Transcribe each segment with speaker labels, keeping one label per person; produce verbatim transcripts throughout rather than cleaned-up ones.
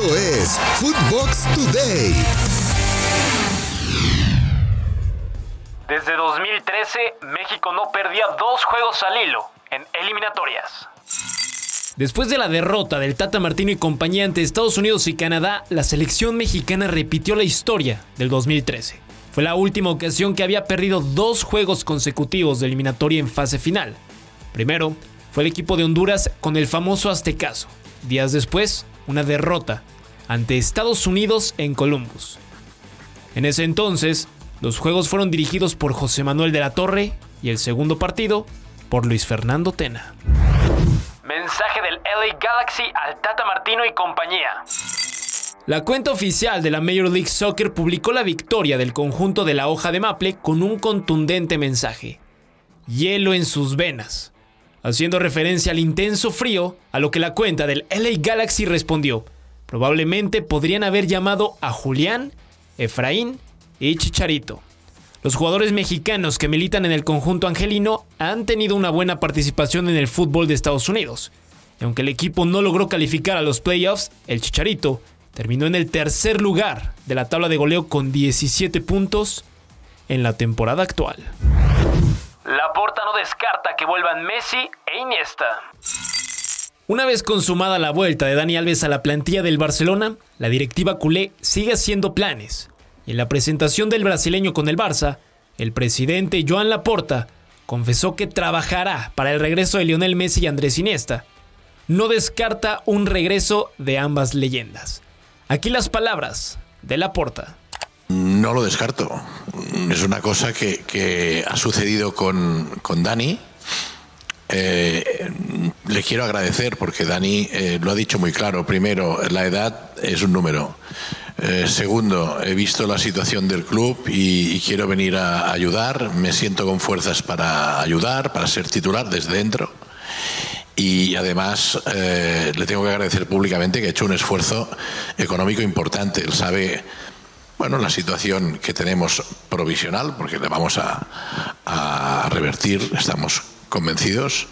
Speaker 1: Esto es Footbox Today.
Speaker 2: Desde dos mil trece, México no perdía dos juegos al hilo en eliminatorias. Después de la derrota del Tata Martino y compañía ante Estados Unidos y Canadá, la selección mexicana repitió la historia del dos mil trece. Fue la última ocasión que había perdido dos juegos consecutivos de eliminatoria en fase final. Primero, fue el equipo de Honduras con el famoso aztecazo. Días después, una derrota ante Estados Unidos en Columbus. En ese entonces, los juegos fueron dirigidos por José Manuel de la Torre y el segundo partido por Luis Fernando Tena. Mensaje del L A Galaxy al Tata Martino y compañía. La cuenta oficial de la Major League Soccer publicó la victoria del conjunto de la hoja de maple con un contundente mensaje: hielo en sus venas, haciendo referencia al intenso frío, a lo que la cuenta del L A Galaxy respondió: probablemente podrían haber llamado a Julián, Efraín y Chicharito. Los jugadores mexicanos que militan en el conjunto angelino han tenido una buena participación en el fútbol de Estados Unidos. Y aunque el equipo no logró calificar a los playoffs, el Chicharito terminó en el tercer lugar de la tabla de goleo con diecisiete puntos en la temporada actual. Laporta no descarta que vuelvan Messi e Iniesta. Una vez consumada la vuelta de Dani Alves a la plantilla del Barcelona, la directiva culé sigue haciendo planes. Y en la presentación del brasileño con el Barça, el presidente Joan Laporta confesó que trabajará para el regreso de Lionel Messi y Andrés Iniesta. No descarta un regreso de ambas leyendas. Aquí las palabras de Laporta.
Speaker 3: No lo descarto. Es una cosa que, que ha sucedido con, con Dani. Eh, le quiero agradecer porque Dani eh, lo ha dicho muy claro. Primero, la edad es un número. Eh, segundo, he visto la situación del club y, y quiero venir a ayudar. Me siento con fuerzas para ayudar, para ser titular desde dentro. Y además eh, le tengo que agradecer públicamente que ha hecho un esfuerzo económico importante. Él sabe, bueno, la situación que tenemos provisional, porque le vamos a, a revertir, estamos convencidos.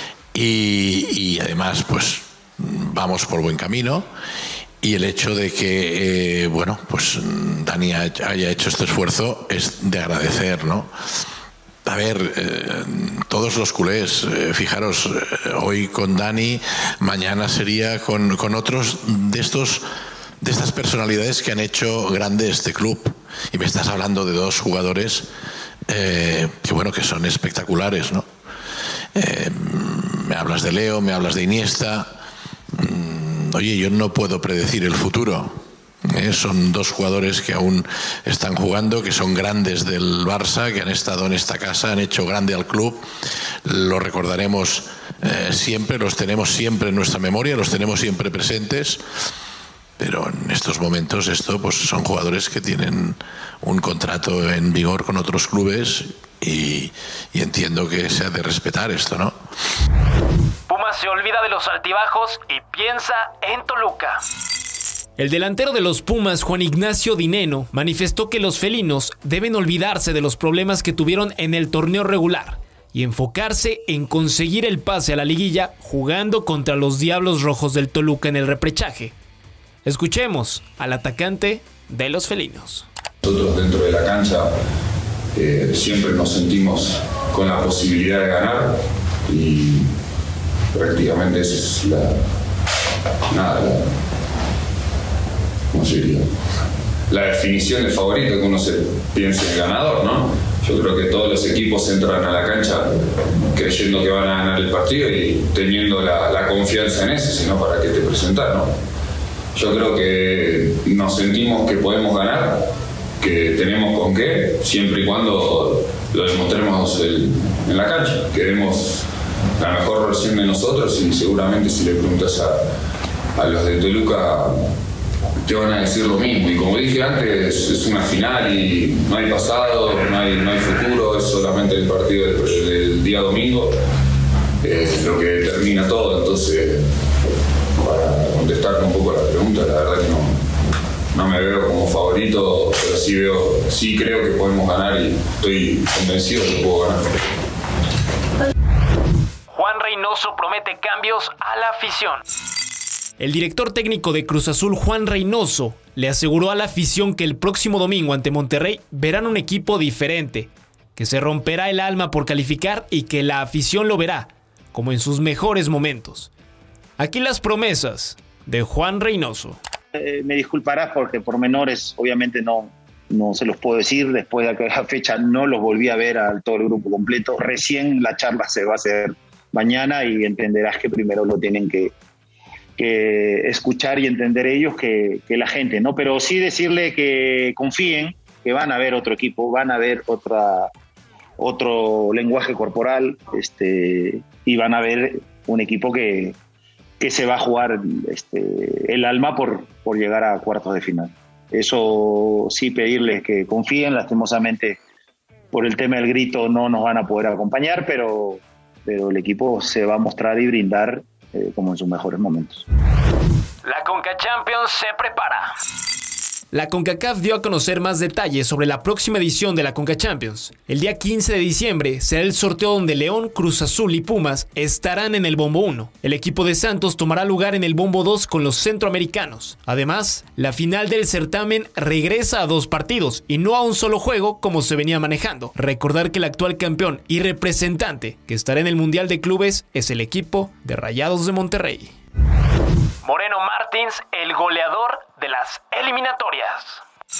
Speaker 3: Y, y además, pues vamos por buen camino. Y el hecho de que, eh, bueno, pues Dani haya hecho este esfuerzo es de agradecer, ¿no? A ver, eh, todos los culés, eh, fijaros, eh, hoy con Dani, mañana sería con, con otros de estos, de estas personalidades que han hecho grande este club. Y me estás hablando de dos jugadores eh, que, bueno, que son espectaculares, ¿no? Eh, me hablas de Leo, me hablas de Iniesta. Oye, yo no puedo predecir el futuro. ¿eh? Son dos jugadores que aún están jugando, que son grandes del Barça, que han estado en esta casa, han hecho grande al club. Los recordaremos eh, siempre, los tenemos siempre en nuestra memoria, los tenemos siempre presentes. Pero en estos momentos esto, pues, son jugadores que tienen un contrato en vigor con otros clubes y, y entiendo que se ha de respetar esto, ¿no?
Speaker 2: Pumas se olvida de los altibajos y piensa en Toluca. El delantero de los Pumas, Juan Ignacio Dineno, manifestó que los felinos deben olvidarse de los problemas que tuvieron en el torneo regular y enfocarse en conseguir el pase a la liguilla jugando contra los Diablos Rojos del Toluca en el repechaje. Escuchemos al atacante de los felinos.
Speaker 4: Nosotros dentro de la cancha eh, siempre nos sentimos con la posibilidad de ganar y prácticamente esa es la, nada, la, ¿cómo se diría? La definición de favorito, que uno se piensa en el ganador, ¿no? Yo creo que todos los equipos entran a la cancha creyendo que van a ganar el partido y teniendo la, la confianza en eso, sino para qué te presentar, ¿no? Yo creo que nos sentimos que podemos ganar, que tenemos con qué, siempre y cuando lo demostremos el, en la cancha. Queremos la mejor versión de nosotros y seguramente si le preguntas a, a los de Toluca te van a decir lo mismo. Y como dije antes, es una final y no hay pasado, no hay, no hay futuro, es solamente el partido del, del día domingo, es lo que determina todo. Entonces, para contestarte un poco la pregunta, la verdad que no, no me veo como favorito, pero sí veo, sí creo que podemos ganar y estoy convencido de que puedo ganar.
Speaker 2: Juan Reynoso promete cambios a la afición. El director técnico de Cruz Azul, Juan Reynoso, le aseguró a la afición que el próximo domingo ante Monterrey verán un equipo diferente, que se romperá el alma por calificar y que la afición lo verá como en sus mejores momentos. Aquí las promesas de Juan Reynoso.
Speaker 5: Eh, me disculparás porque por menores obviamente no, no se los puedo decir. Después de aquella fecha no los volví a ver a todo el grupo completo. Recién la charla se va a hacer mañana y entenderás que primero lo tienen que, que escuchar y entender ellos que, que la gente, ¿no? Pero sí decirle que confíen, que van a ver otro equipo, van a ver otra, otro lenguaje corporal, este, y van a ver un equipo que, que se va a jugar este, el alma por, por llegar a cuartos de final. Eso sí, pedirles que confíen. Lastimosamente por el tema del grito no nos van a poder acompañar, pero, pero el equipo se va a mostrar y brindar eh, como en sus mejores momentos.
Speaker 2: La Conca Champions se prepara. La CONCACAF dio a conocer más detalles sobre la próxima edición de la Conca Champions. El día quince de diciembre será el sorteo donde León, Cruz Azul y Pumas estarán en el bombo uno. El equipo de Santos tomará lugar en el bombo dos con los centroamericanos. Además, la final del certamen regresa a dos partidos y no a un solo juego como se venía manejando. Recordar que el actual campeón y representante que estará en el Mundial de Clubes es el equipo de Rayados de Monterrey. Moreno Martins, el goleador de las eliminatorias.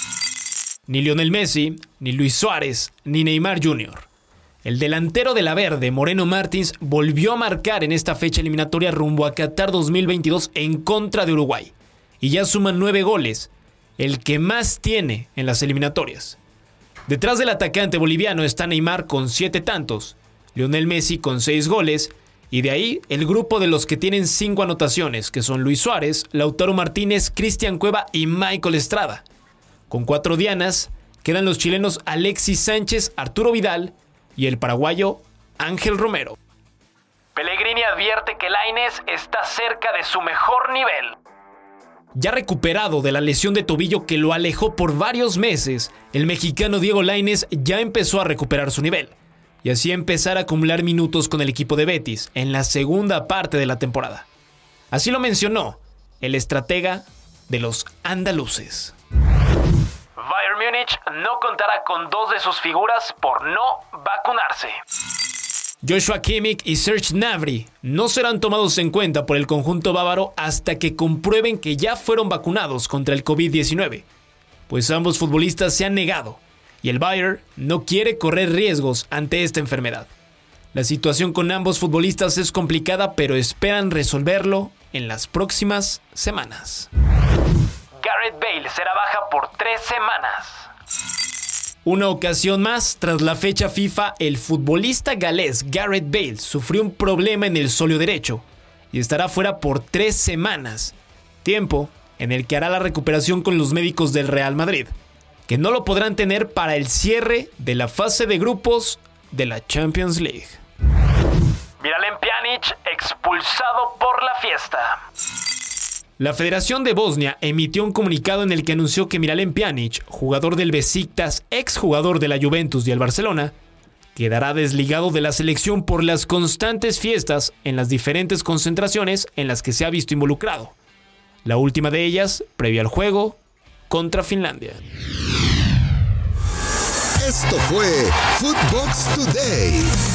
Speaker 2: Ni Lionel Messi, ni Luis Suárez, ni Neymar junior El delantero de la Verde, Moreno Martins, volvió a marcar en esta fecha eliminatoria rumbo a Qatar dos mil veintidós en contra de Uruguay. Y ya suman nueve goles, el que más tiene en las eliminatorias. Detrás del atacante boliviano está Neymar con siete tantos, Lionel Messi con seis goles, y de ahí el grupo de los que tienen cinco anotaciones, que son Luis Suárez, Lautaro Martínez, Cristian Cueva y Michael Estrada. Con cuatro dianas quedan los chilenos Alexis Sánchez, Arturo Vidal y el paraguayo Ángel Romero. Pellegrini advierte que Lainez está cerca de su mejor nivel. Ya recuperado de la lesión de tobillo que lo alejó por varios meses, el mexicano Diego Lainez ya empezó a recuperar su nivel y así empezar a acumular minutos con el equipo de Betis en la segunda parte de la temporada. Así lo mencionó el estratega de los andaluces. Bayern Múnich no contará con dos de sus figuras por no vacunarse. Joshua Kimmich y Serge Gnabry no serán tomados en cuenta por el conjunto bávaro hasta que comprueben que ya fueron vacunados contra el covid diecinueve, pues ambos futbolistas se han negado y el Bayern no quiere correr riesgos ante esta enfermedad. La situación con ambos futbolistas es complicada, pero esperan resolverlo en las próximas semanas. Gareth Bale será baja por tres semanas. Una ocasión más, tras la fecha FIFA, el futbolista galés Gareth Bale sufrió un problema en el sóleo derecho y estará fuera por tres semanas, tiempo en el que hará la recuperación con los médicos del Real Madrid, que no lo podrán tener para el cierre de la fase de grupos de la Champions League. Miralem Pjanic expulsado por la fiesta. La Federación de Bosnia emitió un comunicado en el que anunció que Miralem Pjanic, jugador del Besiktas, exjugador de la Juventus y el Barcelona, quedará desligado de la selección por las constantes fiestas en las diferentes concentraciones en las que se ha visto involucrado. La última de ellas, previa al juego contra Finlandia.
Speaker 1: Esto fue Footbox Today.